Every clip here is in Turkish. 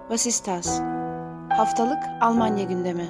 Was ist das? Haftalık Almanya gündemi.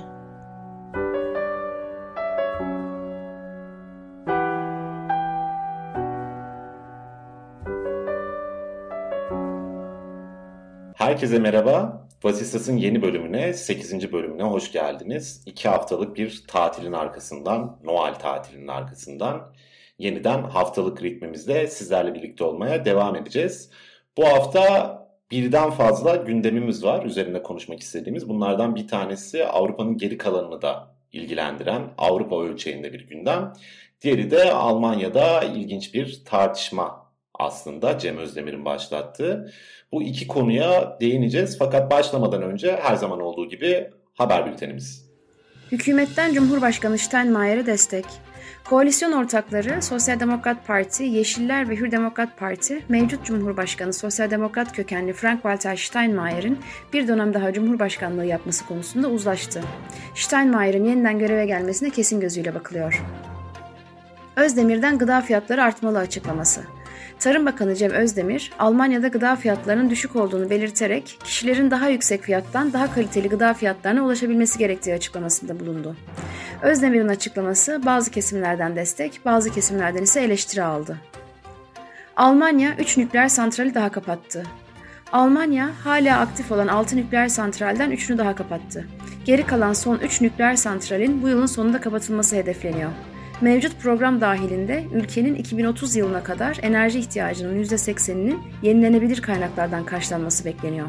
Herkese merhaba. Vasistas'ın yeni bölümüne, 8. bölümüne hoş geldiniz. 2 haftalık bir tatilin arkasından, Noel tatilinin arkasından yeniden haftalık ritmimizde sizlerle birlikte olmaya devam edeceğiz. Bu hafta birden fazla gündemimiz var üzerinde konuşmak istediğimiz. Bunlardan bir tanesi Avrupa'nın geri kalanını da ilgilendiren Avrupa ölçeğinde bir gündem. Diğeri de Almanya'da ilginç bir tartışma aslında Cem Özdemir'in başlattığı. Bu iki konuya değineceğiz fakat başlamadan önce her zaman olduğu gibi haber bültenimiz. Hükümetten Cumhurbaşkanı Steinmeier'e destek. Koalisyon ortakları Sosyal Demokrat Parti, Yeşiller ve Hür Demokrat Parti, mevcut Cumhurbaşkanı Sosyal Demokrat kökenli Frank-Walter Steinmeier'in bir dönem daha Cumhurbaşkanlığı yapması konusunda uzlaştı. Steinmeier'in yeniden göreve gelmesine kesin gözüyle bakılıyor. Özdemir'den gıda fiyatları artmalı açıklaması. Tarım Bakanı Cem Özdemir, Almanya'da gıda fiyatlarının düşük olduğunu belirterek kişilerin daha yüksek fiyattan daha kaliteli gıda fiyatlarına ulaşabilmesi gerektiği açıklamasında bulundu. Özdemir'in açıklaması bazı kesimlerden destek, bazı kesimlerden ise eleştiri aldı. Almanya 3 nükleer santrali daha kapattı. Almanya hala aktif olan 6 nükleer santralden 3'ünü daha kapattı. Geri kalan son 3 nükleer santralin bu yılın sonunda kapatılması hedefleniyor. Mevcut program dahilinde ülkenin 2030 yılına kadar enerji ihtiyacının %80'inin yenilenebilir kaynaklardan karşılanması bekleniyor.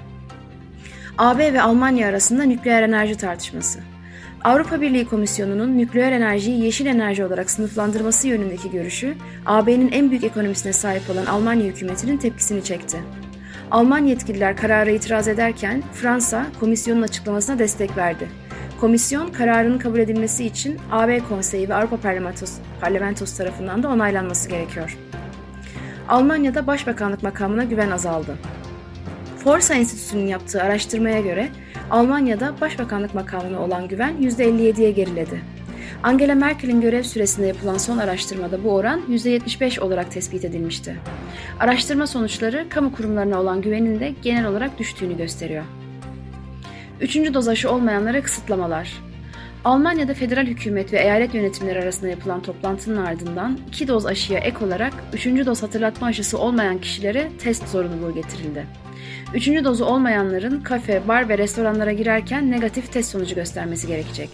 AB ve Almanya arasında nükleer enerji tartışması. Avrupa Birliği Komisyonu'nun nükleer enerjiyi yeşil enerji olarak sınıflandırması yönündeki görüşü, AB'nin en büyük ekonomisine sahip olan Almanya hükümetinin tepkisini çekti. Alman yetkililer karara itiraz ederken Fransa, komisyonun açıklamasına destek verdi. Komisyon, kararının kabul edilmesi için AB Konseyi ve Avrupa Parlamentosu tarafından da onaylanması gerekiyor. Almanya'da Başbakanlık makamına güven azaldı. Forsa Enstitüsü'nün yaptığı araştırmaya göre Almanya'da Başbakanlık makamına olan güven %57'ye geriledi. Angela Merkel'in görev süresinde yapılan son araştırmada bu oran %75 olarak tespit edilmişti. Araştırma sonuçları kamu kurumlarına olan güvenin de genel olarak düştüğünü gösteriyor. 3. doz aşı olmayanlara kısıtlamalar. Almanya'da federal hükümet ve eyalet yönetimleri arasında yapılan toplantının ardından 2 doz aşıya ek olarak 3. doz hatırlatma aşısı olmayan kişilere test zorunluluğu getirildi. 3. dozu olmayanların kafe, bar ve restoranlara girerken negatif test sonucu göstermesi gerekecek.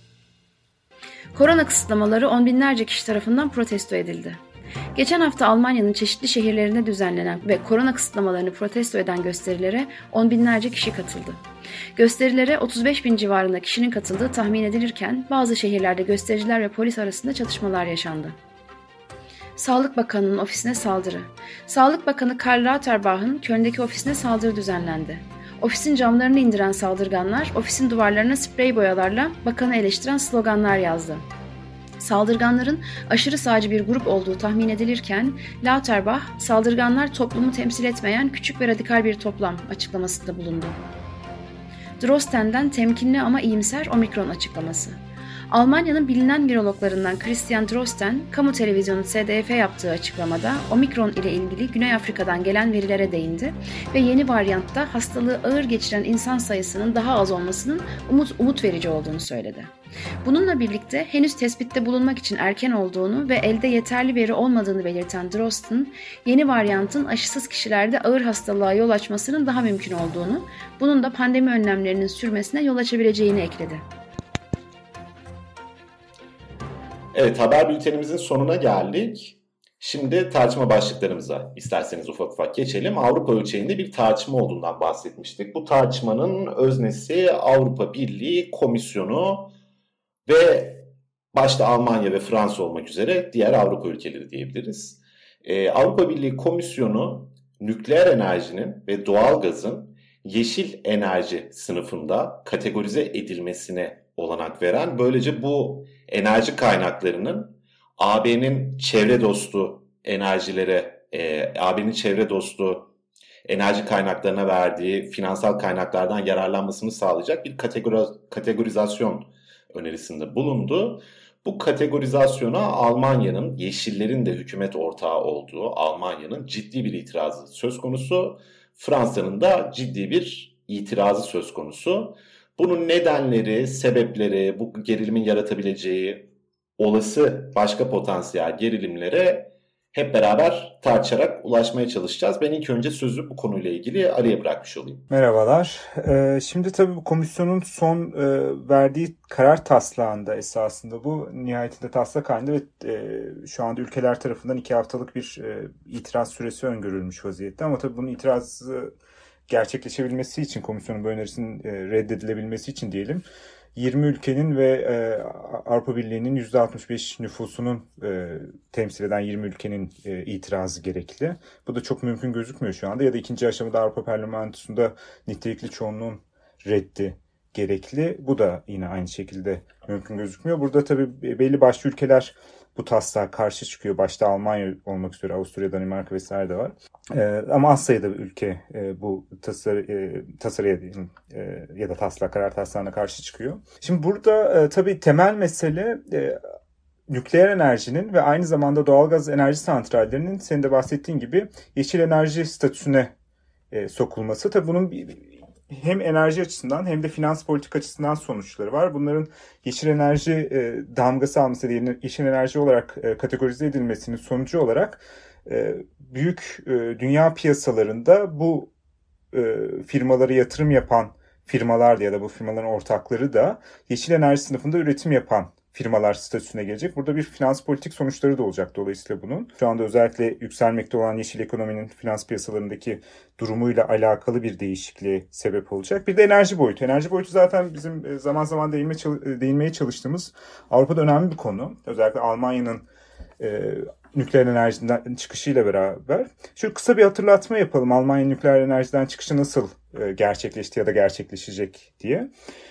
Korona kısıtlamaları on binlerce kişi tarafından protesto edildi. Geçen hafta Almanya'nın çeşitli şehirlerinde düzenlenen ve korona kısıtlamalarını protesto eden gösterilere on binlerce kişi katıldı. Gösterilere 35 bin civarında kişinin katıldığı tahmin edilirken bazı şehirlerde göstericiler ve polis arasında çatışmalar yaşandı. Sağlık Bakanı'nın ofisine saldırı. Sağlık Bakanı Karl Lauterbach'ın Köln'deki ofisine saldırı düzenlendi. Ofisin camlarını indiren saldırganlar ofisin duvarlarına sprey boyalarla bakanı eleştiren sloganlar yazdı. Saldırganların aşırı sağcı bir grup olduğu tahmin edilirken Lauterbach, saldırganlar toplumu temsil etmeyen küçük ve radikal bir toplam açıklamasında bulundu. Drosten'den temkinli ama iyimser omikron açıklaması. Almanya'nın bilinen virologlarından Christian Drosten, kamu televizyonu ZDF yaptığı açıklamada omikron ile ilgili Güney Afrika'dan gelen verilere değindi ve yeni varyantta hastalığı ağır geçiren insan sayısının daha az olmasının umut verici olduğunu söyledi. Bununla birlikte henüz tespitte bulunmak için erken olduğunu ve elde yeterli veri olmadığını belirten Drosten, yeni varyantın aşısız kişilerde ağır hastalığa yol açmasının daha mümkün olduğunu, bunun da pandemi önlemlerinin sürmesine yol açabileceğini ekledi. Evet, haber bültenimizin sonuna geldik. Şimdi tartışma başlıklarımıza isterseniz ufak ufak geçelim. Avrupa ölçeğinde bir tartışma olduğundan bahsetmiştik. Bu tartışmanın öznesi Avrupa Birliği Komisyonu ve başta Almanya ve Fransa olmak üzere diğer Avrupa ülkeleri diyebiliriz. Avrupa Birliği Komisyonu nükleer enerjinin ve doğalgazın yeşil enerji sınıfında kategorize edilmesine olanak veren, böylece bu enerji kaynaklarının AB'nin çevre dostu enerji kaynaklarına verdiği finansal kaynaklardan yararlanmasını sağlayacak bir kategorizasyon önerisinde bulundu. Bu kategorizasyona Almanya'nın, Yeşillerin de hükümet ortağı olduğu Almanya'nın ciddi bir itirazı söz konusu. Fransa'nın da ciddi bir itirazı söz konusu. Bunun nedenleri, sebepleri, bu gerilimin yaratabileceği olası başka potansiyel gerilimlere hep beraber tartışarak ulaşmaya çalışacağız. Ben ilk önce sözü bu konuyla ilgili Ali'ye bırakmış olayım. Merhabalar. Şimdi tabii bu komisyonun son verdiği karar taslağında esasında bu nihayetinde taslak halinde ve şu anda ülkeler tarafından 2 haftalık bir itiraz süresi öngörülmüş vaziyette. Ama tabii bunun itirazı gerçekleşebilmesi için, komisyonun bu önerisinin reddedilebilmesi için diyelim, 20 ülkenin ve Avrupa Birliği'nin %65 nüfusunun temsil eden 20 ülkenin itirazı gerekli. Bu da çok mümkün gözükmüyor şu anda. Ya da ikinci aşamada Avrupa Parlamentosu'nda nitelikli çoğunluğun reddi gerekli. Bu da yine aynı şekilde mümkün gözükmüyor. Burada tabii belli başlı ülkeler bu taslağa karşı çıkıyor. Başta Almanya olmak üzere Avusturya, Danimarka vesaire de var. Ama az sayıda bir ülke bu tasarıya ya da karar taslağına karşı çıkıyor. Şimdi burada tabii temel mesele nükleer enerjinin ve aynı zamanda doğalgaz enerji santrallerinin senin de bahsettiğin gibi yeşil enerji statüsüne sokulması. Tabii bunun hem enerji açısından hem de finans politik açısından sonuçları var. Bunların yeşil enerji damgası alması, yeşil enerji olarak kategorize edilmesinin sonucu olarak büyük dünya piyasalarında bu firmalara yatırım yapan firmalar ya da bu firmaların ortakları da yeşil enerji sınıfında üretim yapan firmalar statüsüne gelecek. Burada bir finans politik sonuçları da olacak dolayısıyla bunun. Şu anda özellikle yükselmekte olan yeşil ekonominin finans piyasalarındaki durumuyla alakalı bir değişikliğe sebep olacak. Bir de enerji boyutu. Enerji boyutu zaten bizim zaman zaman değinmeye çalıştığımız Avrupa'da önemli bir konu. Özellikle Almanya'nın nükleer enerjiden çıkışıyla beraber. Şöyle kısa bir hatırlatma yapalım. Almanya nükleer enerjiden çıkışı nasıl gerçekleşti ya da gerçekleşecek diye.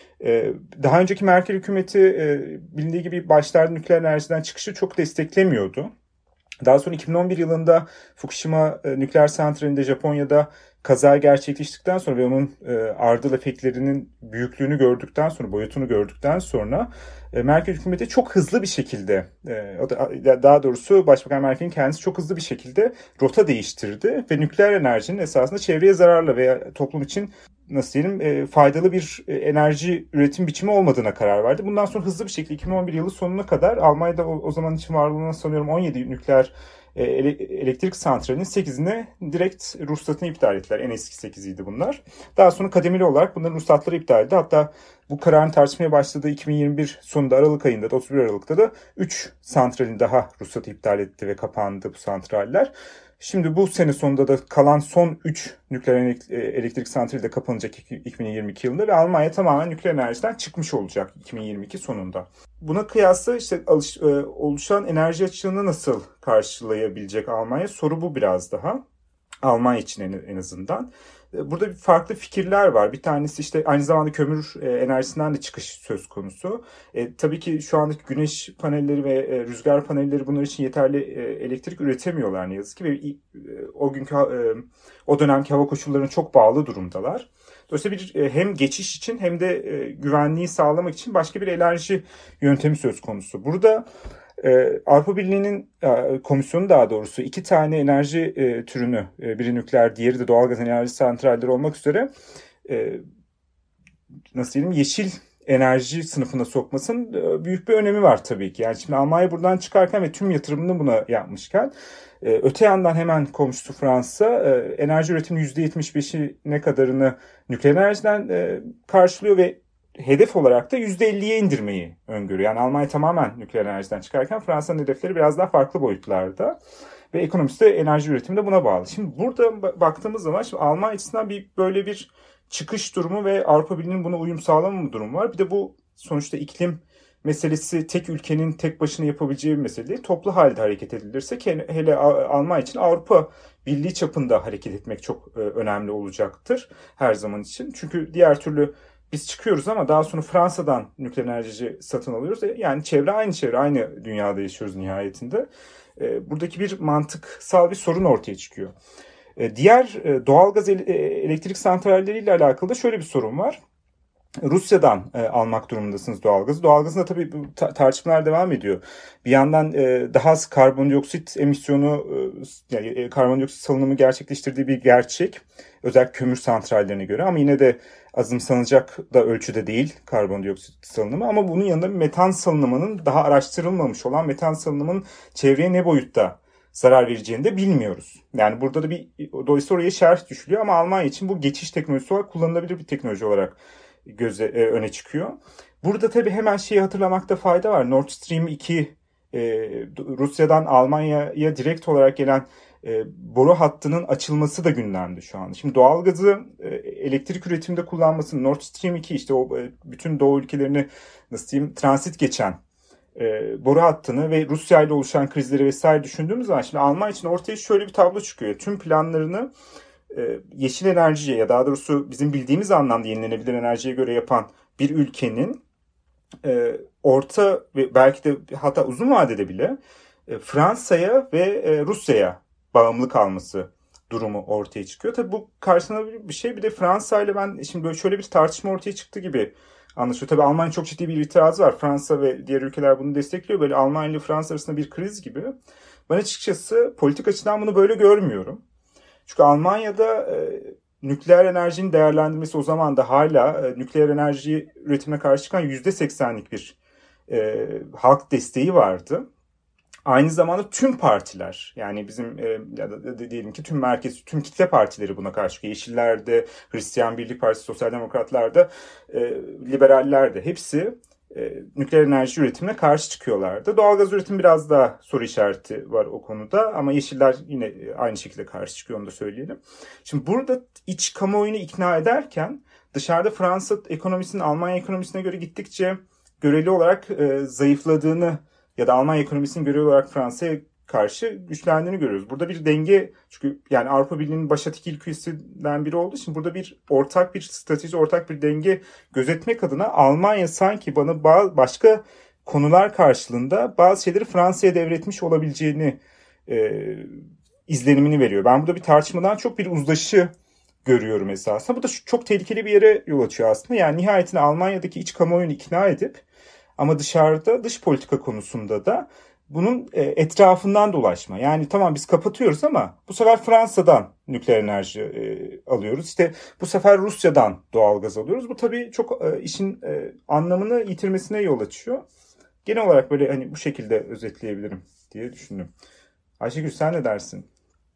Daha önceki Merkel hükümeti bilindiği gibi başlarda nükleer enerjiden çıkışı çok desteklemiyordu. Daha sonra 2011 yılında Fukushima nükleer santralinde Japonya'da kaza gerçekleştikten sonra ve onun ardıl efektlerinin büyüklüğünü gördükten sonra, boyutunu gördükten sonra Merkel hükümeti çok hızlı bir şekilde, daha doğrusu Başbakan Merkel'in kendisi çok hızlı bir şekilde rota değiştirdi ve nükleer enerjinin esasında çevreye zararlı veya toplum için faydalı bir enerji üretim biçimi olmadığına karar verdi. Bundan sonra hızlı bir şekilde 2011 yılı sonuna kadar Almanya'da o zaman için varlığına sanıyorum 17 nükleer elektrik santralinin 8'ine direkt ruhsatını iptal ettiler. En eski 8'iydi bunlar. Daha sonra kademeli olarak bunların ruhsatları iptal edildi. Hatta bu kararın tartışmaya başladığı 2021 sonunda Aralık ayında da 31 Aralık'ta da 3 santralin daha ruhsatı iptal etti ve kapandı bu santraller. Şimdi bu sene sonunda da kalan son 3 nükleer elektrik santrali de kapanacak 2022 yılında ve Almanya tamamen nükleer enerjiden çıkmış olacak 2022 sonunda. Buna kıyasla oluşan enerji açığını nasıl karşılayabilecek Almanya? Soru bu biraz daha. Almanya için en azından. Burada farklı fikirler var. Bir tanesi aynı zamanda kömür enerjisinden de çıkış söz konusu. Tabii ki şu andaki güneş panelleri ve rüzgar panelleri bunlar için yeterli elektrik üretemiyorlar ne yazık ki. Ve o dönemki hava koşullarına çok bağlı durumdalar. Dolayısıyla hem geçiş için hem de güvenliği sağlamak için başka bir enerji yöntemi söz konusu. Burada Avrupa Birliği'nin komisyonu daha doğrusu 2 tane enerji türünü, biri nükleer, diğeri de doğalgaz enerji santralleri olmak üzere yeşil enerji sınıfına sokmasının büyük bir önemi var tabii ki. Yani şimdi Almanya buradan çıkarken ve tüm yatırımını buna yapmışken öte yandan hemen komşusu Fransa enerji üretiminin %75'ine kadarını nükleer enerjiden karşılıyor ve hedef olarak da %50'ye indirmeyi öngörüyor. Yani Almanya tamamen nükleer enerjiden çıkarken Fransa'nın hedefleri biraz daha farklı boyutlarda. Ve ekonomisi de enerji üretimi de buna bağlı. Şimdi burada baktığımız zaman Almanya açısından böyle bir çıkış durumu ve Avrupa Birliği'nin buna uyum sağlamama durumu var. Bir de bu sonuçta iklim meselesi tek ülkenin tek başına yapabileceği bir mesele değil. Toplu halde hareket edilirse hele Almanya için Avrupa Birliği çapında hareket etmek çok önemli olacaktır her zaman için. Çünkü diğer türlü biz çıkıyoruz ama daha sonra Fransa'dan nükleer enerji satın alıyoruz. Yani çevre, aynı dünyada yaşıyoruz nihayetinde. Buradaki bir mantıksal bir sorun ortaya çıkıyor. Diğer doğalgaz elektrik santralleriyle alakalı da şöyle bir sorun var. Rusya'dan almak durumundasınız doğalgazı. Doğalgazın da tabii bu tartışmalar devam ediyor. Bir yandan daha az karbondioksit emisyonu, yani karbondioksit salınımı gerçekleştirdiği bir gerçek. Özellikle kömür santrallerine göre, ama yine de azımsanacak da ölçüde değil karbondioksit salınımı. Ama bunun yanında bir metan salınımının, daha araştırılmamış olan metan salınımının çevreye ne boyutta zarar vereceğini de bilmiyoruz. Yani burada da dolayısıyla oraya şerh düşülüyor, ama Almanya için bu geçiş teknolojisi olarak kullanılabilir bir teknoloji olarak öne çıkıyor. Burada tabii hemen şeyi hatırlamakta fayda var. Nord Stream 2 Rusya'dan Almanya'ya direkt olarak gelen boru hattının açılması da gündemde şu an. Şimdi doğalgazı elektrik üretiminde kullanmasını, Nord Stream 2 işte o bütün Doğu ülkelerini nasıl diyeyim transit geçen boru hattını ve Rusya ile oluşan krizleri vesaire düşündüğümüz zaman şimdi Almanya için ortaya şöyle bir tablo çıkıyor. Tüm planlarını yeşil enerjiye, ya daha doğrusu bizim bildiğimiz anlamda yenilenebilir enerjiye göre yapan bir ülkenin orta ve belki de hatta uzun vadede bile Fransa'ya ve Rusya'ya bağımlı kalması durumu ortaya çıkıyor. Tabii bu karşılanabilir bir şey. Bir de Fransa ile ben şimdi böyle şöyle bir tartışma ortaya çıktı gibi anlaşılıyor. Tabii Almanya çok ciddi bir itirazı var. Fransa ve diğer ülkeler bunu destekliyor. Böyle Almanya ile Fransa arasında bir kriz gibi. Ben açıkçası politik açıdan bunu böyle görmüyorum. Çünkü Almanya'da nükleer enerjinin değerlendirmesi o zaman da hala nükleer enerji üretimine karşı çıkan %80'lik bir halk desteği vardı. Aynı zamanda tüm partiler, yani bizim ya da diyelim ki tüm merkez, tüm kitle partileri buna karşı çıkıyor. Yeşiller'de, Hristiyan Birlik Partisi, Sosyal Demokratlar'da, Liberaller'de hepsi nükleer enerji üretimine karşı çıkıyorlardı. Doğalgaz üretimi biraz daha soru işareti var o konuda, ama Yeşiller yine aynı şekilde karşı çıkıyor, onu da söyleyelim. Şimdi burada iç kamuoyunu ikna ederken dışarıda Fransa ekonomisinin Almanya ekonomisine göre gittikçe göreli olarak zayıfladığını ya da Almanya ekonomisinin göreli olarak Fransa'ya karşı güçlendiğini görüyoruz. Burada bir denge, çünkü yani Avrupa Birliği'nin başat ilkesinden biri olduğu için burada bir ortak bir strateji, ortak bir denge gözetmek adına Almanya sanki bana başka konular karşılığında bazı şeyleri Fransa'ya devretmiş olabileceğini izlenimini veriyor. Ben burada bir tartışmadan çok bir uzlaşı görüyorum esasında. Bu da çok tehlikeli bir yere yol açıyor aslında. Yani nihayetinde Almanya'daki iç kamuoyunu ikna edip ama dışarıda dış politika konusunda da bunun etrafından dolaşma. Yani tamam biz kapatıyoruz ama bu sefer Fransa'dan nükleer enerji alıyoruz. İşte bu sefer Rusya'dan doğalgaz alıyoruz. Bu tabii çok işin anlamını yitirmesine yol açıyor. Genel olarak böyle hani bu şekilde özetleyebilirim diye düşündüm. Ayşegül sen ne dersin?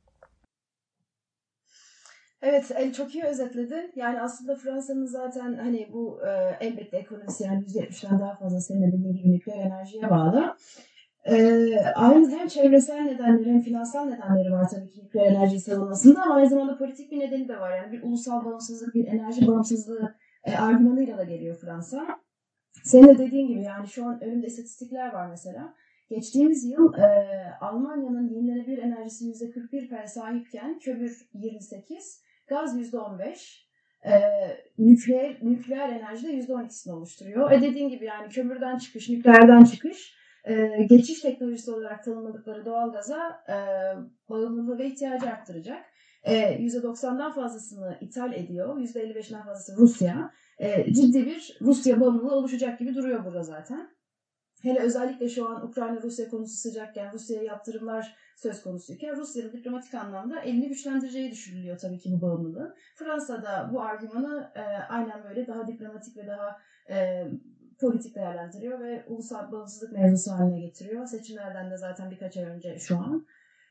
Evet, çok iyi özetledi. Yani aslında Fransa'nın zaten hani bu elbette ekonomisi yani %70'den daha fazla senin de dediğin gibi nükleer enerjiye bağlı. Aynı hem çevresel nedenleri hem finansal nedenleri var tabii ki nükleer enerji savunmasında, ama aynı zamanda politik bir nedeni de var. Yani bir ulusal bağımsızlık, bir enerji bağımsızlığı argümanıyla da geliyor Fransa. Senin de dediğin gibi yani şu an önümde istatistikler var mesela. Geçtiğimiz yıl Almanya'nın yenilenebilir enerjisi %41 sahipken kömür 28, gaz %15, nükleer enerji de %12'sini oluşturuyor. Dediğin gibi yani kömürden çıkış, nükleerden çıkış, geçiş teknolojisi olarak tanımladıkları doğalgaza bağımlılığı ve ihtiyacı arttıracak. %90'dan fazlasını ithal ediyor, %55'den fazlası Rusya. Ciddi bir Rusya bağımlılığı oluşacak gibi duruyor burada zaten. Hele özellikle şu an Ukrayna-Rusya konusu sıcakken, Rusya'ya yaptırımlar söz konusuyken Rusya'nın diplomatik anlamda elini güçlendireceği düşünülüyor tabii ki bu bağımlılığı. Fransa da bu argümanı aynen böyle daha diplomatik ve daha politik değerlendiriyor ve ulusal bağımsızlık mevzusu haline getiriyor. Seçimlerden de zaten birkaç ay önce şu an.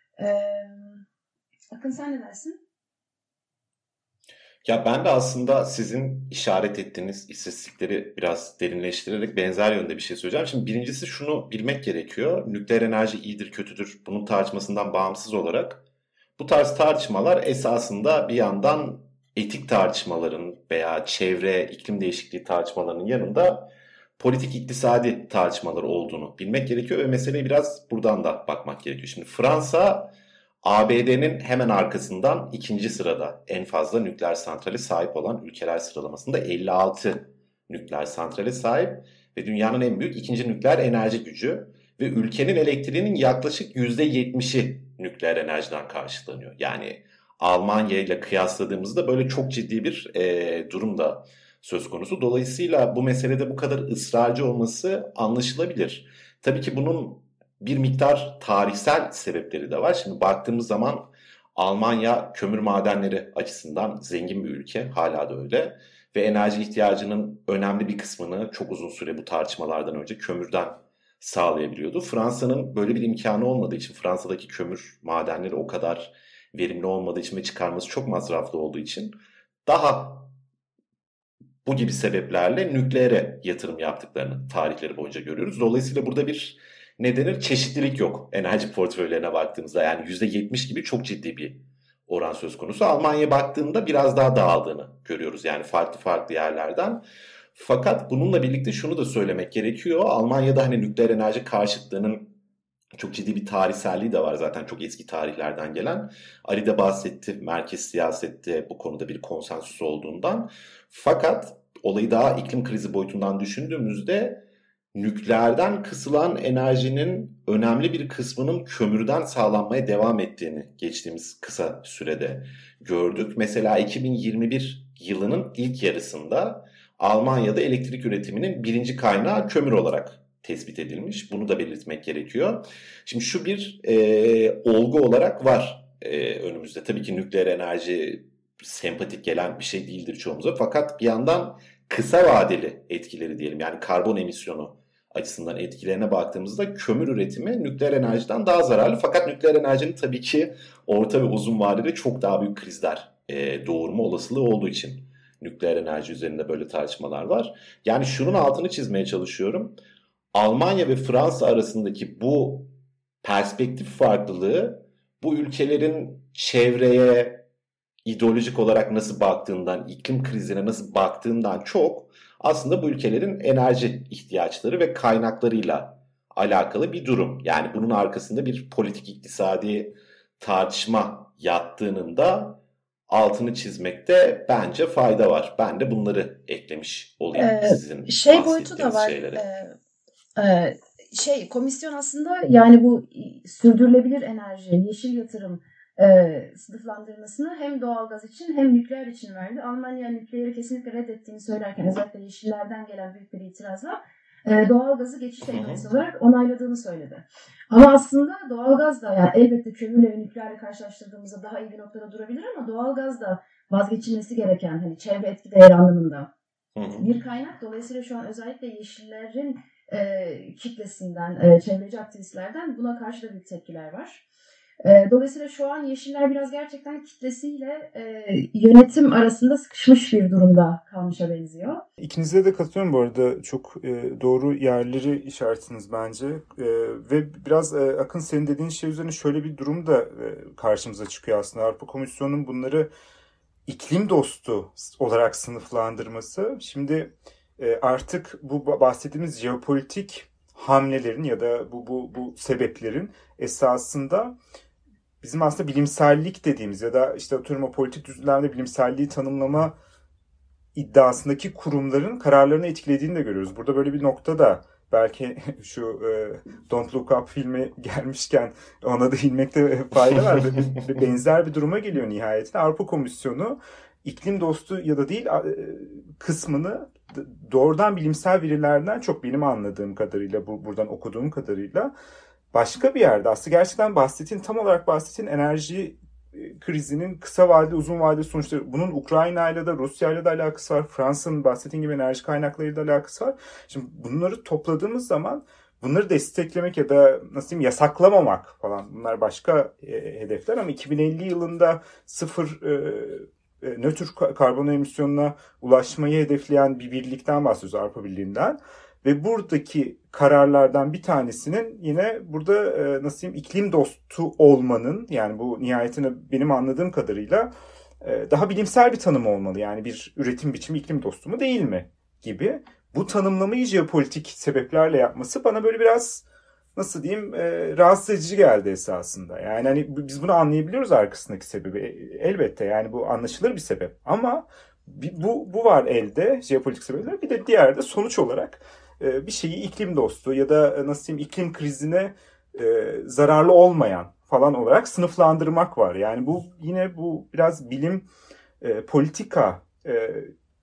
Akın sen ne dersin? Ya ben de aslında sizin işaret ettiğiniz istatistikleri biraz derinleştirerek benzer yönde bir şey söyleyeceğim. Şimdi birincisi şunu bilmek gerekiyor. Nükleer enerji iyidir, kötüdür. Bunun tartışmasından bağımsız olarak bu tarz tartışmalar esasında bir yandan etik tartışmaların veya çevre, iklim değişikliği tartışmalarının yanında politik iktisadi tartışmalar olduğunu bilmek gerekiyor ve meseleye biraz buradan da bakmak gerekiyor. Şimdi Fransa ABD'nin hemen arkasından ikinci sırada en fazla nükleer santrale sahip olan ülkeler sıralamasında 56 nükleer santrale sahip ve dünyanın en büyük ikinci nükleer enerji gücü ve ülkenin elektriğinin yaklaşık %70'i nükleer enerjiden karşılanıyor. Yani Almanya ile kıyasladığımızda böyle çok ciddi bir durum da söz konusu. Dolayısıyla bu meselede bu kadar ısrarcı olması anlaşılabilir. Tabii ki bunun bir miktar tarihsel sebepleri de var. Şimdi baktığımız zaman Almanya kömür madenleri açısından zengin bir ülke, hala da öyle. Ve enerji ihtiyacının önemli bir kısmını çok uzun süre bu tartışmalardan önce kömürden sağlayabiliyordu. Fransa'nın böyle bir imkanı olmadığı için, Fransa'daki kömür madenleri o kadar verimli olmadığı için ve çıkarması çok masraflı olduğu için daha bu gibi sebeplerle nükleere yatırım yaptıklarını tarihleri boyunca görüyoruz. Dolayısıyla burada bir ne denir? Çeşitlilik yok enerji portföylerine baktığımızda. Yani %70 gibi çok ciddi bir oran söz konusu. Almanya'ya baktığında biraz daha dağıldığını görüyoruz. Yani farklı farklı yerlerden. Fakat bununla birlikte şunu da söylemek gerekiyor. Almanya'da hani nükleer enerji karşıtlığının çok ciddi bir tarihselliği de var zaten, çok eski tarihlerden gelen. Ali de bahsetti, merkez siyasette bu konuda bir konsensüs olduğundan. Fakat olayı daha iklim krizi boyutundan düşündüğümüzde nükleerden kısılan enerjinin önemli bir kısmının kömürden sağlanmaya devam ettiğini geçtiğimiz kısa sürede gördük. Mesela 2021 yılının ilk yarısında Almanya'da elektrik üretiminin birinci kaynağı kömür olarak tespit edilmiş. Bunu da belirtmek gerekiyor. Şimdi şu bir olgu olarak var önümüzde. Tabii ki nükleer enerji sempatik gelen bir şey değildir çoğumuza. Fakat bir yandan kısa vadeli etkileri diyelim, yani karbon emisyonu açısından etkilerine baktığımızda kömür üretimi nükleer enerjiden daha zararlı. Fakat nükleer enerjinin tabii ki orta ve uzun vadede çok daha büyük krizler doğurma olasılığı olduğu için nükleer enerji üzerinde böyle tartışmalar var. Yani şunun altını çizmeye çalışıyorum. Almanya ve Fransa arasındaki bu perspektif farklılığı bu ülkelerin çevreye ideolojik olarak nasıl baktığından, iklim krizine nasıl baktığından çok aslında bu ülkelerin enerji ihtiyaçları ve kaynaklarıyla alakalı bir durum. Yani bunun arkasında bir politik iktisadi tartışma yattığının da altını çizmekte bence fayda var. Ben de bunları eklemiş olayım sizin boyutu da var. şeylere. Komisyon aslında yani bu sürdürülebilir enerji, yeşil yatırım sınıflandırmasını hem doğalgaz için hem nükleer için verdi. Almanya nükleeri kesinlikle reddettiğini söylerken özellikle yeşillerden gelen büyük bir itirazla doğalgazı geçiş teknolojisi olarak onayladığını söyledi. Ama aslında doğalgaz da, yani elbette kömürle ve nükleerle karşılaştırdığımızda daha iyi bir noktada durabilir ama doğalgaz da vazgeçilmesi gereken, hani çevre etki değeri anlamında bir kaynak. Dolayısıyla şu an özellikle yeşillerin kitlesinden, çevreci aktivistlerden buna karşı da büyük tepkiler var. Dolayısıyla şu an yeşiller biraz gerçekten kitlesiyle yönetim arasında sıkışmış bir durumda kalmışa benziyor. İkinize de katılıyorum bu arada. Çok doğru yerleri işaretiniz bence. Ve biraz Akın, senin dediğin şey üzerine şöyle bir durum da karşımıza çıkıyor aslında. Avrupa Komisyonu'nun bunları iklim dostu olarak sınıflandırması. Şimdi artık bu bahsettiğimiz jeopolitik hamlelerin ya da bu sebeplerin esasında bizim aslında bilimsellik dediğimiz ya da işte atıyorum o politik düzlemde bilimselliği tanımlama iddiasındaki kurumların kararlarını etkilediğini de görüyoruz. Burada böyle bir nokta da belki şu Don't Look Up filmi gelmişken ona değinmekte fayda var. Benzer bir duruma geliyor nihayetinde. Avrupa Komisyonu iklim dostu ya da değil kısmını doğrudan bilimsel verilerden çok, benim anladığım kadarıyla, buradan okuduğum kadarıyla başka bir yerde aslında gerçekten tam olarak bahsettiğin enerji krizinin kısa vadeli uzun vadeli sonuçları, bunun Ukrayna ile de Rusya ile de alakası var. Fransa'nın bahsettiğin gibi enerji kaynaklarıyla da alakası var. Şimdi bunları topladığımız zaman bunları desteklemek ya da nasıl diyeyim yasaklamamak falan, bunlar başka hedefler ama 2050 yılında sıfır nötr karbon emisyonuna ulaşmayı hedefleyen bir birlikten bahsediyoruz, Avrupa Birliği'nden. Ve buradaki kararlardan bir tanesinin yine burada nasıl diyeyim iklim dostu olmanın, yani bu nihayetinde benim anladığım kadarıyla daha bilimsel bir tanım olmalı. Yani bir üretim biçimi iklim dostu mu değil mi gibi. Bu tanımlamayı jeopolitik sebeplerle yapması bana böyle biraz nasıl diyeyim rahatsız edici geldi esasında. Yani hani biz bunu anlayabiliyoruz arkasındaki sebebi. Elbette yani bu anlaşılır bir sebep. Ama bu var elde jeopolitik sebepler. Bir de diğer de sonuç olarak bir şeyi iklim dostu ya da nasıl diyeyim iklim krizine zararlı olmayan falan olarak sınıflandırmak var. Yani bu yine bu biraz bilim politika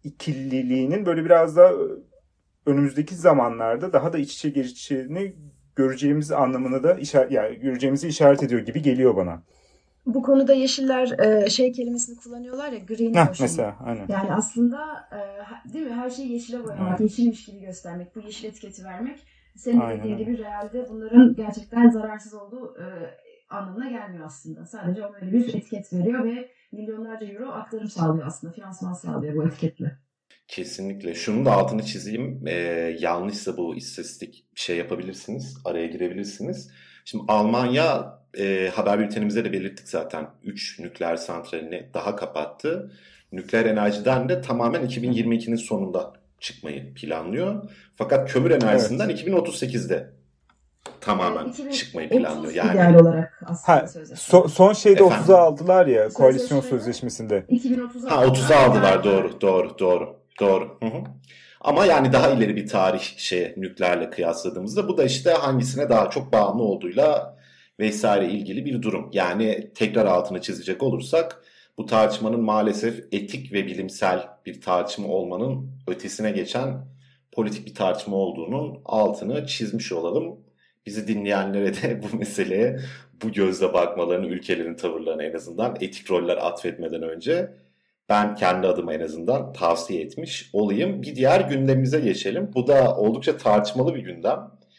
ikililiğinin böyle biraz da önümüzdeki zamanlarda daha da iç içe geçeceğini göreceğimiz anlamına da yani göreceğimizi işaret ediyor gibi geliyor bana. Bu konuda Yeşiller şey kelimesini kullanıyorlar ya, greenwashing. Mesela, aynen. Yani aslında değil mi, her şeyi yeşile boyamak, yeşilmiş gibi göstermek, bu yeşil etiketi vermek. Senin dediğin gibi realde bunların gerçekten zararsız olduğu anlamına gelmiyor aslında. Sadece böyle bir etiket veriyor ve milyonlarca euro aktarım sağlıyor aslında, finansman sağlıyor bu etiketle. Kesinlikle. Şunun da altını çizeyim. Yanlışsa bu istatistik bir şey yapabilirsiniz. Araya girebilirsiniz. Şimdi Almanya haber bültenimizde de belirttik zaten. 3 nükleer santralini daha kapattı. Nükleer enerjiden de tamamen 2022'nin sonunda çıkmayı planlıyor. Fakat kömür enerjisinden 2038'de tamamen çıkmayı planlıyor. Yani ideal olarak aslında sözleşme. Son şeyde 30'a aldılar ya koalisyon sözleşmesinde. 2030'a 30'a aldılar, doğru. Hı. Ama yani daha ileri bir tarih nükleerle kıyasladığımızda bu da işte hangisine daha çok bağımlı olduğuyla vesaire ilgili bir durum. Yani tekrar altını çizecek olursak bu tartışmanın maalesef etik ve bilimsel bir tartışma olmanın ötesine geçen politik bir tartışma olduğunun altını çizmiş olalım. Bizi dinleyenlere de bu meseleye bu gözle bakmalarını, ülkelerin tavırlarına en azından etik roller atfetmeden önce ben kendi adıma en azından tavsiye etmiş olayım. Bir diğer gündemimize geçelim. Bu da oldukça tartışmalı bir gündem.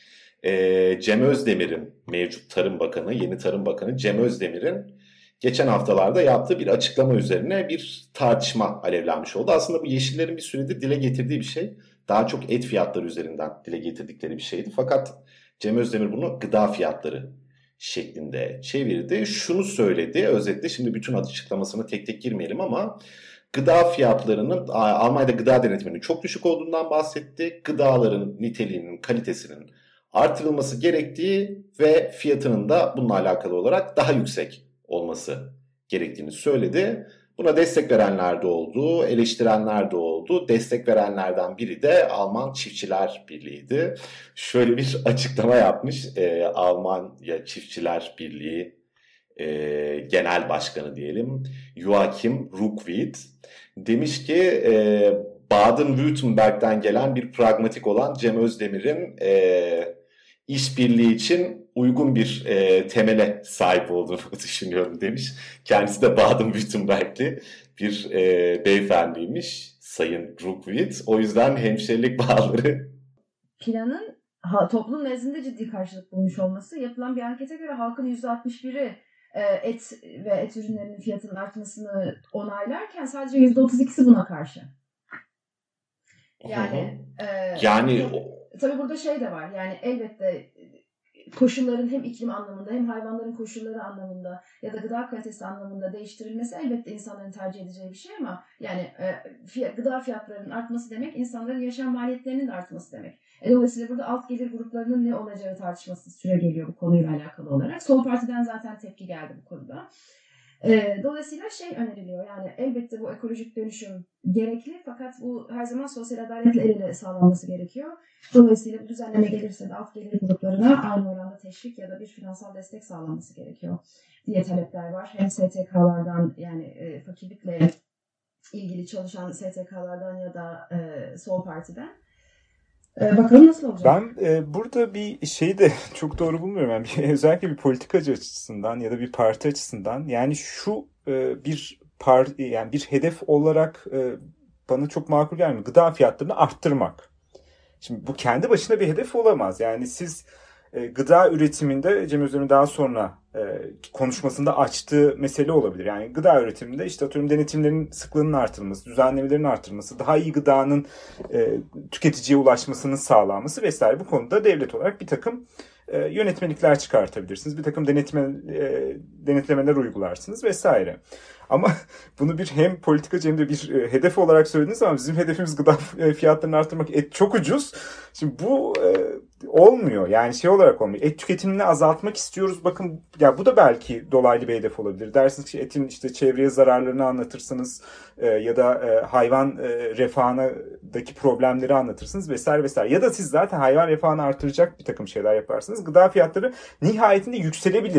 Cem Özdemir'in, mevcut Tarım Bakanı, yeni Tarım Bakanı Cem Özdemir'in geçen haftalarda yaptığı bir açıklama üzerine bir tartışma alevlenmiş oldu. Aslında bu Yeşillerin bir süredir dile getirdiği bir şey. Daha çok et fiyatları üzerinden dile getirdikleri bir şeydi. Fakat Cem Özdemir bunu gıda fiyatları şeklinde çevirdi. Şunu söyledi özetle, şimdi bütün açıklamasına tek tek girmeyelim ama gıda fiyatlarının, Almanya'da gıda denetiminin çok düşük olduğundan bahsetti. Gıdaların niteliğinin, kalitesinin artırılması gerektiği ve fiyatının da bununla alakalı olarak daha yüksek olması gerektiğini söyledi. Buna destek verenler de oldu, eleştirenler de oldu. Destek verenlerden biri de Alman Çiftçiler Birliği'ydi. Şöyle bir açıklama yapmış Almanya Çiftçiler Birliği Genel Başkanı diyelim, Joachim Ruckwied. Demiş ki Baden-Württemberg'den gelen bir pragmatik olan Cem Özdemir'in işbirliği için uygun bir temele sahip olduğunu düşünüyorum demiş. Kendisi de Baden-Württembergli bir beyefendiymiş, Sayın Ruckwied. O yüzden hemşerilik bağları. Planın toplum nezdinde ciddi karşılık bulmuş olması, yapılan bir ankete göre halkın %61'i et ve et ürünlerinin fiyatının artmasını onaylarken sadece %32'si buna karşı. Yani tabii burada şey de var, yani elbette koşulların hem iklim anlamında hem hayvanların koşulları anlamında ya da gıda kalitesi anlamında değiştirilmesi elbette insanların tercih edeceği bir şey, ama yani gıda fiyatlarının artması demek insanların yaşam maliyetlerinin de artması demek. Dolayısıyla burada alt gelir gruplarının ne olacağı tartışması süre geliyor bu konuyla alakalı olarak. Sol Parti'den zaten tepki geldi bu konuda. Dolayısıyla öneriliyor, yani elbette bu ekolojik dönüşüm gerekli, fakat bu her zaman sosyal adaletle el ele sağlanması gerekiyor. Dolayısıyla bu düzenleme gelirse de alt gelir gruplarına aynı oranda teşvik ya da bir finansal destek sağlanması gerekiyor diye talepler var. Hem STK'lardan, yani fakirlikle ilgili çalışan STK'lardan ya da Sol Parti'den. Bakalım nasıl olacak? Ben burada bir şeyi de çok doğru bulmuyorum. Yani özellikle bir politikacı açısından ya da bir parti açısından, yani şu yani bir hedef olarak bana çok makul gelmiyor. Gıda fiyatlarını arttırmak. Şimdi bu kendi başına bir hedef olamaz. Yani siz gıda üretiminde, Cem Özdemir'in daha sonra konuşmasında açtığı mesele olabilir. Yani gıda üretiminde işte atıyorum denetimlerin sıklığının artırılması, düzenlemelerin artırılması, daha iyi gıdanın tüketiciye ulaşmasının sağlanması vesaire, bu konuda devlet olarak bir takım yönetmelikler çıkartabilirsiniz. Bir takım denetlemeler uygularsınız vesaire. Ama bunu bir hem politikacı hem de bir hedef olarak söylediğiniz zaman bizim hedefimiz gıda fiyatlarını artırmak. Et çok ucuz. Şimdi bu olmuyor. Yani olarak olmuyor. Et tüketimini azaltmak istiyoruz. Bakın ya, bu da belki dolaylı bir hedef olabilir. Dersiniz ki etin işte çevreye zararlarını anlatırsınız ya da hayvan refahındaki problemleri anlatırsınız vesaire vesaire. Ya da siz zaten hayvan refahını artıracak bir takım şeyler yaparsınız. Gıda fiyatları nihayetinde yükselebilir.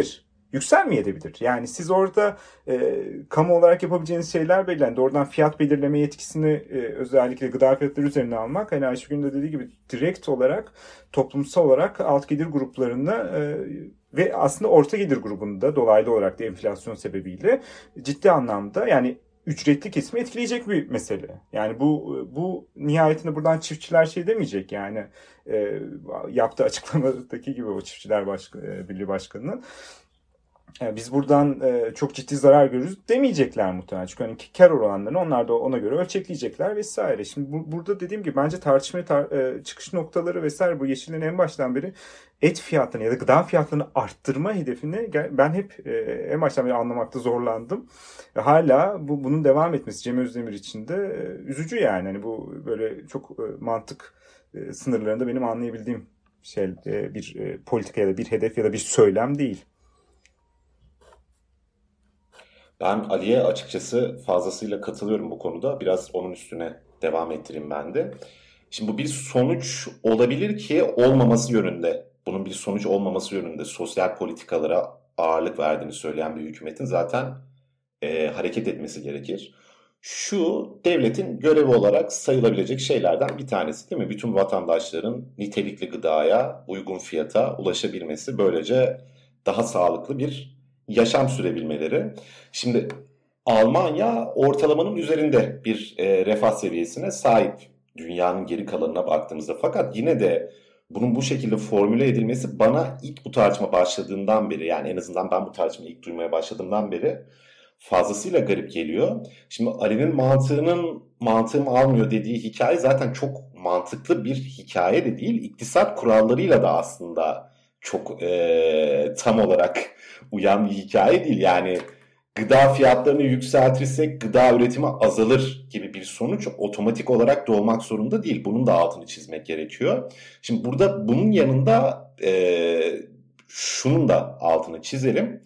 yükselmeyebilir. Yani siz orada kamu olarak yapabileceğiniz şeyler belirlendi. Oradan fiyat belirleme yetkisini özellikle gıda fiyatları üzerine almak. Hani Ayşegül'ün de dediği gibi direkt olarak toplumsal olarak alt gelir gruplarını ve aslında orta gelir grubunu da dolaylı olarak da enflasyon sebebiyle ciddi anlamda yani ücretli kesimi etkileyecek bir mesele. Yani bu nihayetinde buradan çiftçiler şey demeyecek yani yaptığı açıklamadaki gibi o çiftçiler birliği başkanının. Yani biz buradan çok ciddi zarar görürüz demeyecekler muhtemelen. Çünkü hani kar oranlarını onlar da ona göre ölçekleyecekler vesaire. Şimdi burada dediğim gibi bence tartışmaya çıkış noktaları vesaire bu Yeşil'in en baştan beri et fiyatlarını ya da gıda fiyatlarını arttırma hedefini ben hep en baştan beri anlamakta zorlandım. Hala bunun devam etmesi Cem Özdemir için de üzücü yani. Hani bu böyle çok mantık sınırlarında benim anlayabildiğim bir politika ya da bir hedef ya da bir söylem değil. Ben Ali'ye açıkçası fazlasıyla katılıyorum bu konuda. Biraz onun üstüne devam ettireyim ben de. Şimdi bu bir sonuç olabilir ki olmaması yönünde. Bunun bir sonuç olmaması yönünde sosyal politikalara ağırlık verdiğini söyleyen bir hükümetin zaten hareket etmesi gerekir. Şu devletin görevi olarak sayılabilecek şeylerden bir tanesi değil mi? Bütün vatandaşların nitelikli gıdaya uygun fiyata ulaşabilmesi, böylece daha sağlıklı bir yaşam sürebilmeleri. Şimdi Almanya ortalamanın üzerinde bir refah seviyesine sahip dünyanın geri kalanına baktığımızda. Fakat yine de bunun bu şekilde formüle edilmesi bana ilk bu tartışma başladığından beri, yani en azından ben bu tartışmayı ilk duymaya başladığımdan beri fazlasıyla garip geliyor. Şimdi Ali'nin mantığım almıyor dediği hikaye zaten çok mantıklı bir hikaye de değil. İktisat kurallarıyla da aslında çok tam olarak uyan bir hikaye değil. Yani gıda fiyatlarını yükseltirsek gıda üretimi azalır gibi bir sonuç otomatik olarak doğmak zorunda değil. Bunun da altını çizmek gerekiyor. Şimdi burada bunun yanında şunun da altını çizelim.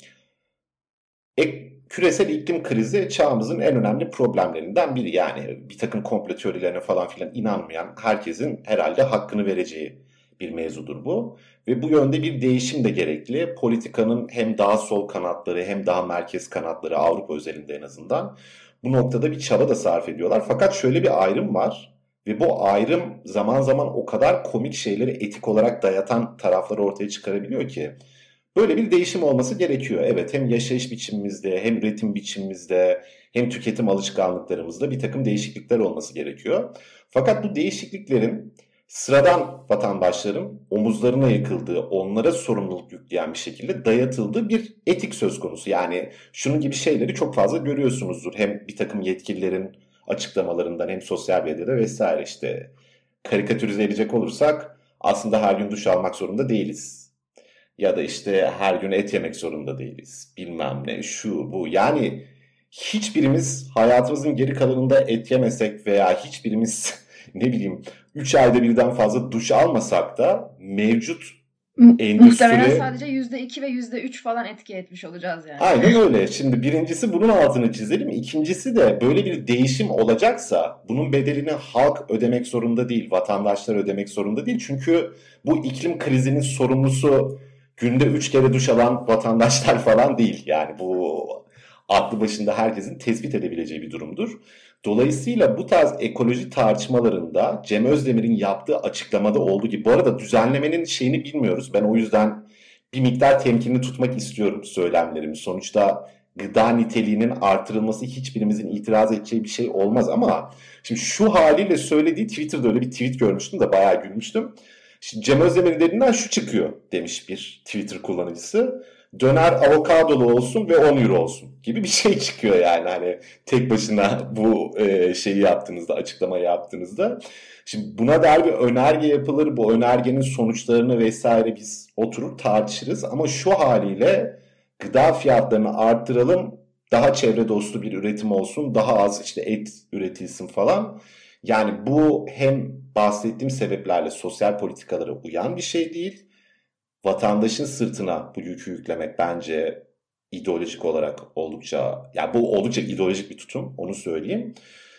Küresel iklim krizi çağımızın en önemli problemlerinden biri. Yani bir takım komplo teorilerine falan filan inanmayan herkesin herhalde hakkını vereceği bir mevzudur bu. Ve bu yönde bir değişim de gerekli. Politikanın hem daha sol kanatları hem daha merkez kanatları Avrupa özelinde en azından bu noktada bir çaba da sarf ediyorlar. Fakat şöyle bir ayrım var. Ve bu ayrım zaman zaman o kadar komik şeyleri etik olarak dayatan tarafları ortaya çıkarabiliyor ki. Böyle bir değişim olması gerekiyor. Evet, hem yaşayış biçimimizde hem üretim biçimimizde hem tüketim alışkanlıklarımızda bir takım değişiklikler olması gerekiyor. Fakat bu değişikliklerin sıradan vatandaşların omuzlarına yıkıldığı, onlara sorumluluk yükleyen bir şekilde dayatıldığı bir etik söz konusu. Yani şunun gibi şeyleri çok fazla görüyorsunuzdur. Hem bir takım yetkililerin açıklamalarından hem sosyal medyada vesaire işte karikatürize edecek olursak aslında her gün duş almak zorunda değiliz. Ya da işte her gün et yemek zorunda değiliz. Bilmem ne, şu, bu. Yani hiçbirimiz hayatımızın geri kalanında et yemesek veya hiçbirimiz ne bileyim 3 ayda birden fazla duş almasak da mevcut Muhtemelen sadece %2 ve %3 falan etki etmiş olacağız yani. Aynen öyle. Şimdi birincisi bunun altını çizelim. İkincisi de böyle bir değişim olacaksa bunun bedelini halk ödemek zorunda değil, vatandaşlar ödemek zorunda değil. Çünkü bu iklim krizinin sorumlusu günde 3 kere duş alan vatandaşlar falan değil. Yani bu aklı başında herkesin tespit edebileceği bir durumdur. Dolayısıyla bu tarz ekoloji tartışmalarında Cem Özdemir'in yaptığı açıklamada olduğu gibi, bu arada düzenlemenin şeyini bilmiyoruz. Ben o yüzden bir miktar temkinli tutmak istiyorum söylemlerimi. Sonuçta gıda niteliğinin artırılması hiçbirimizin itiraz edeceği bir şey olmaz ama şimdi şu haliyle söylediği, Twitter'da öyle bir tweet görmüştüm de bayağı gülmüştüm. Şimdi Cem Özdemir'in dediğinden şu çıkıyor demiş bir Twitter kullanıcısı. Döner avokadolu olsun ve 10 euro olsun gibi bir şey çıkıyor yani hani tek başına bu şeyi yaptığınızda, açıklamayı yaptığınızda. Şimdi buna dair bir önerge yapılır, bu önergenin sonuçlarını vesaire biz oturur tartışırız ama şu haliyle gıda fiyatlarını arttıralım, daha çevre dostu bir üretim olsun, daha az işte et üretilsin falan. Yani bu hem bahsettiğim sebeplerle sosyal politikalara uyan bir şey değil. Vatandaşın sırtına bu yükü yüklemek bence ideolojik olarak oldukça, yani bu oldukça ideolojik bir tutum, onu söyleyeyim.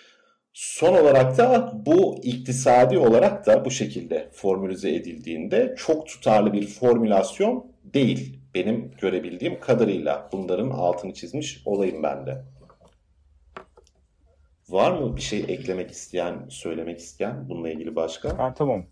Son olarak da bu iktisadi olarak da bu şekilde formülize edildiğinde çok tutarlı bir formülasyon değil. Benim görebildiğim kadarıyla bunların altını çizmiş olayım ben de. Var mı bir şey eklemek isteyen, söylemek isteyen bununla ilgili başka? Ben tamam.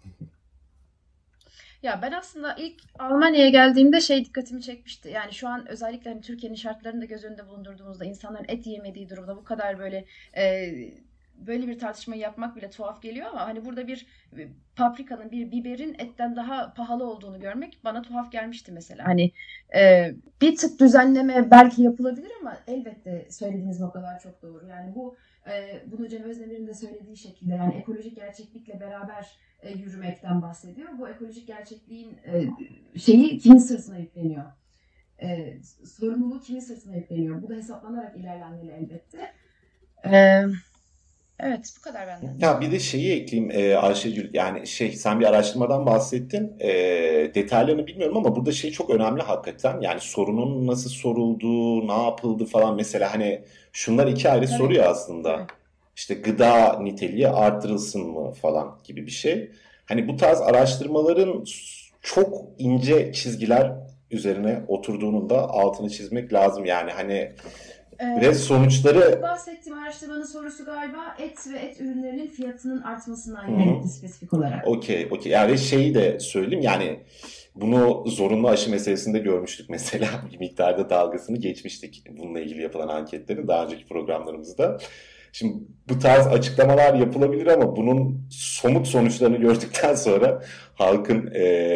Ya ben aslında ilk Almanya'ya geldiğimde dikkatimi çekmişti. Yani şu an özellikle hani Türkiye'nin şartlarını da göz önünde bulundurduğumuzda insanların et yemediği durumda bu kadar böyle bir tartışmayı yapmak bile tuhaf geliyor ama hani burada bir paprikanın, bir biberin etten daha pahalı olduğunu görmek bana tuhaf gelmişti mesela. Hani bir tık düzenleme belki yapılabilir ama elbette söylediğiniz noktalar çok doğru. Yani bunu Cem Özdemir'in de söylediği şekilde yani ekolojik gerçeklikle beraber yürümekten bahsediyor. Bu ekolojik gerçekliğin kimin sırtına yükleniyor? Sorumluluğu kimin sırtına yükleniyor? Bu da hesaplanarak ilerlenmeli elbette. Evet, bu kadar benden. Ya bir de şeyi ekleyeyim Ayşegül, yani sen bir araştırmadan bahsettin. Detaylarını bilmiyorum ama burada çok önemli hakikaten. Yani sorunun nasıl sorulduğu, ne yapıldı falan, mesela hani şunlar iki ayrı Tabii. soruyor aslında. Tabii. İşte gıda niteliği artırılsın mı falan gibi bir şey. Hani bu tarz araştırmaların çok ince çizgiler üzerine oturduğunun da altını çizmek lazım. Yani hani ve sonuçları... Bahsettiğim araştırmanın sorusu galiba et ve et ürünlerinin fiyatının artmasından yönelikli spesifik olarak. Okey. Yani şeyi de söyleyeyim, yani bunu zorunlu aşı meselesinde görmüştük mesela. Bir miktarda dalgasını geçmiştik bununla ilgili yapılan anketlerin daha önceki programlarımızda. Şimdi bu tarz açıklamalar yapılabilir ama bunun somut sonuçlarını gördükten sonra halkın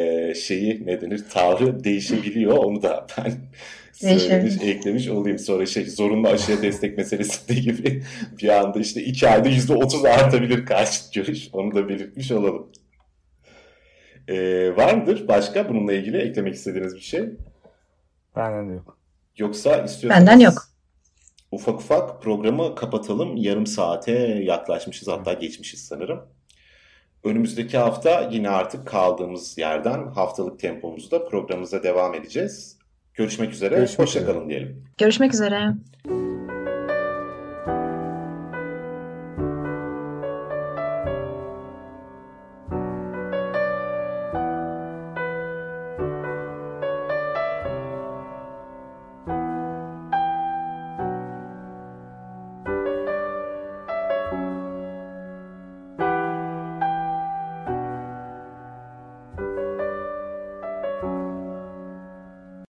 tavrı değişebiliyor. Onu da ben eklemiş olayım. Sonra zorunlu aşıya destek meselesinde gibi bir anda 2 ayda %30 artabilir karşıt görüş. Onu da belirtmiş olalım. Var mıdır başka bununla ilgili eklemek istediğiniz bir şey? Benden de yok. Yoksa istiyorsanız... Benden yok. Ufak ufak programı kapatalım. Yarım saate yaklaşmışız, hatta geçmişiz sanırım. Önümüzdeki hafta yine artık kaldığımız yerden haftalık tempomuzda programımıza devam edeceğiz. Görüşmek üzere. Hoşça kalın diyelim. Görüşmek üzere.